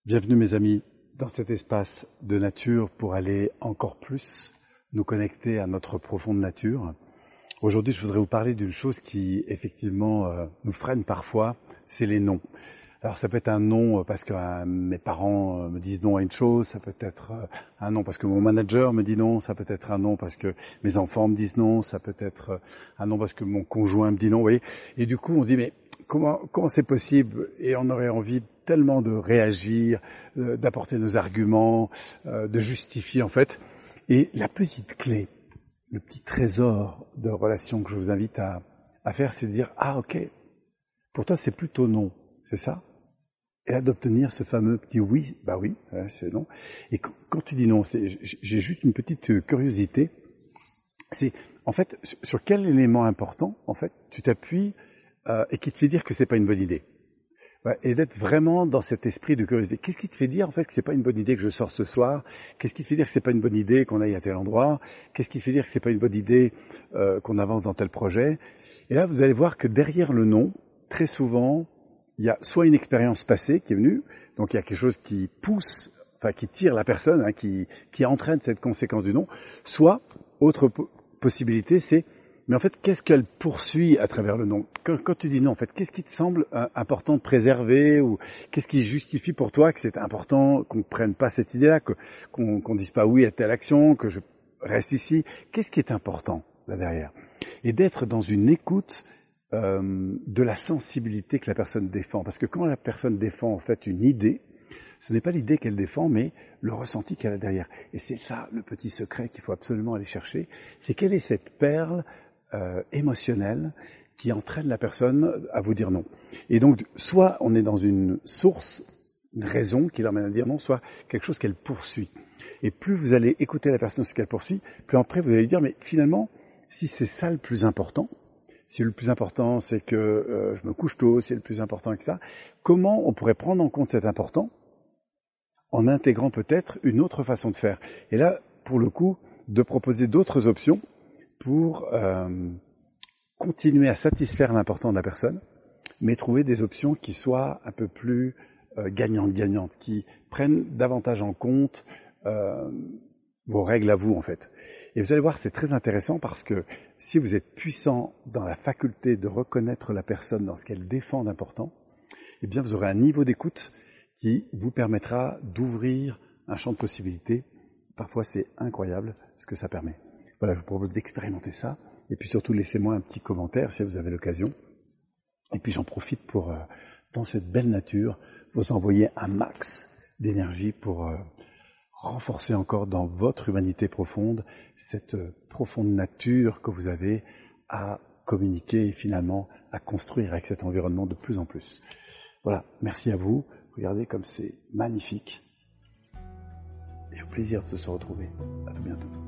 Bienvenue mes amis dans cet espace de nature pour aller encore plus nous connecter à notre profonde nature. Aujourd'hui, je voudrais vous parler d'une chose qui effectivement nous freine parfois, c'est les noms. Alors ça peut être un nom parce que mes parents me disent non à une chose, ça peut être un nom parce que mon manager me dit non, ça peut être un nom parce que mes enfants me disent non, ça peut être un nom parce que mon conjoint me dit non, vous voyez. Et du coup, on dit mais comment c'est possible? Et on aurait envie tellement de réagir, d'apporter nos arguments, de justifier en fait. Et la petite clé, le petit trésor de relation que je vous invite à faire, c'est de dire ah ok, pour toi c'est plutôt non, c'est ça? Et là d'obtenir ce fameux petit oui, bah oui, c'est non. Et quand tu dis non, j'ai juste une petite curiosité, c'est en fait sur quel élément important en fait tu t'appuies et qui te fait dire que c'est pas une bonne idée. Ouais, et d'être vraiment dans cet esprit de curiosité. Qu'est-ce qui te fait dire en fait que c'est pas une bonne idée que je sorte ce soir? Qu'est-ce qui te fait dire que c'est pas une bonne idée qu'on aille à tel endroit? Qu'est-ce qui te fait dire que c'est pas une bonne idée qu'on avance dans tel projet? Et là, vous allez voir que derrière le non, très souvent, il y a soit une expérience passée qui est venue, donc il y a quelque chose qui pousse, enfin qui tire la personne, qui entraîne cette conséquence du non, soit autre possibilité, c'est mais en fait, qu'est-ce qu'elle poursuit à travers le non? Quand tu dis non, en fait, qu'est-ce qui te semble important de préserver ou qu'est-ce qui justifie pour toi que c'est important qu'on ne prenne pas cette idée-là, qu'on dise pas oui à telle action, que je reste ici? Qu'est-ce qui est important là derrière? Et d'être dans une écoute de la sensibilité que la personne défend. Parce que quand la personne défend en fait une idée, ce n'est pas l'idée qu'elle défend, mais le ressenti qu'elle a derrière. Et c'est ça le petit secret qu'il faut absolument aller chercher, c'est quelle est cette perle émotionnelle qui entraîne la personne à vous dire non. Et donc, soit on est dans une source, une raison qui l'emmène à dire non, soit quelque chose qu'elle poursuit. Et plus vous allez écouter la personne ce qu'elle poursuit, plus après vous allez dire, mais finalement, si c'est ça le plus important, si le plus important c'est que je me couche tôt, si le plus important que ça, comment on pourrait prendre en compte cet important en intégrant peut-être une autre façon de faire. Et là, pour le coup, de proposer d'autres options pour continuer à satisfaire l'important de la personne, mais trouver des options qui soient un peu plus gagnantes, qui prennent davantage en compte vos règles à vous en fait. Et vous allez voir, c'est très intéressant parce que si vous êtes puissant dans la faculté de reconnaître la personne dans ce qu'elle défend d'important, eh bien vous aurez un niveau d'écoute qui vous permettra d'ouvrir un champ de possibilités. Parfois c'est incroyable ce que ça permet. Voilà, je vous propose d'expérimenter ça. Et puis surtout, laissez-moi un petit commentaire si vous avez l'occasion. Et puis j'en profite pour, dans cette belle nature, vous envoyer un max d'énergie pour renforcer encore dans votre humanité profonde cette profonde nature que vous avez à communiquer et finalement à construire avec cet environnement de plus en plus. Voilà, merci à vous. Regardez comme c'est magnifique. Et au plaisir de se retrouver. À tout bientôt.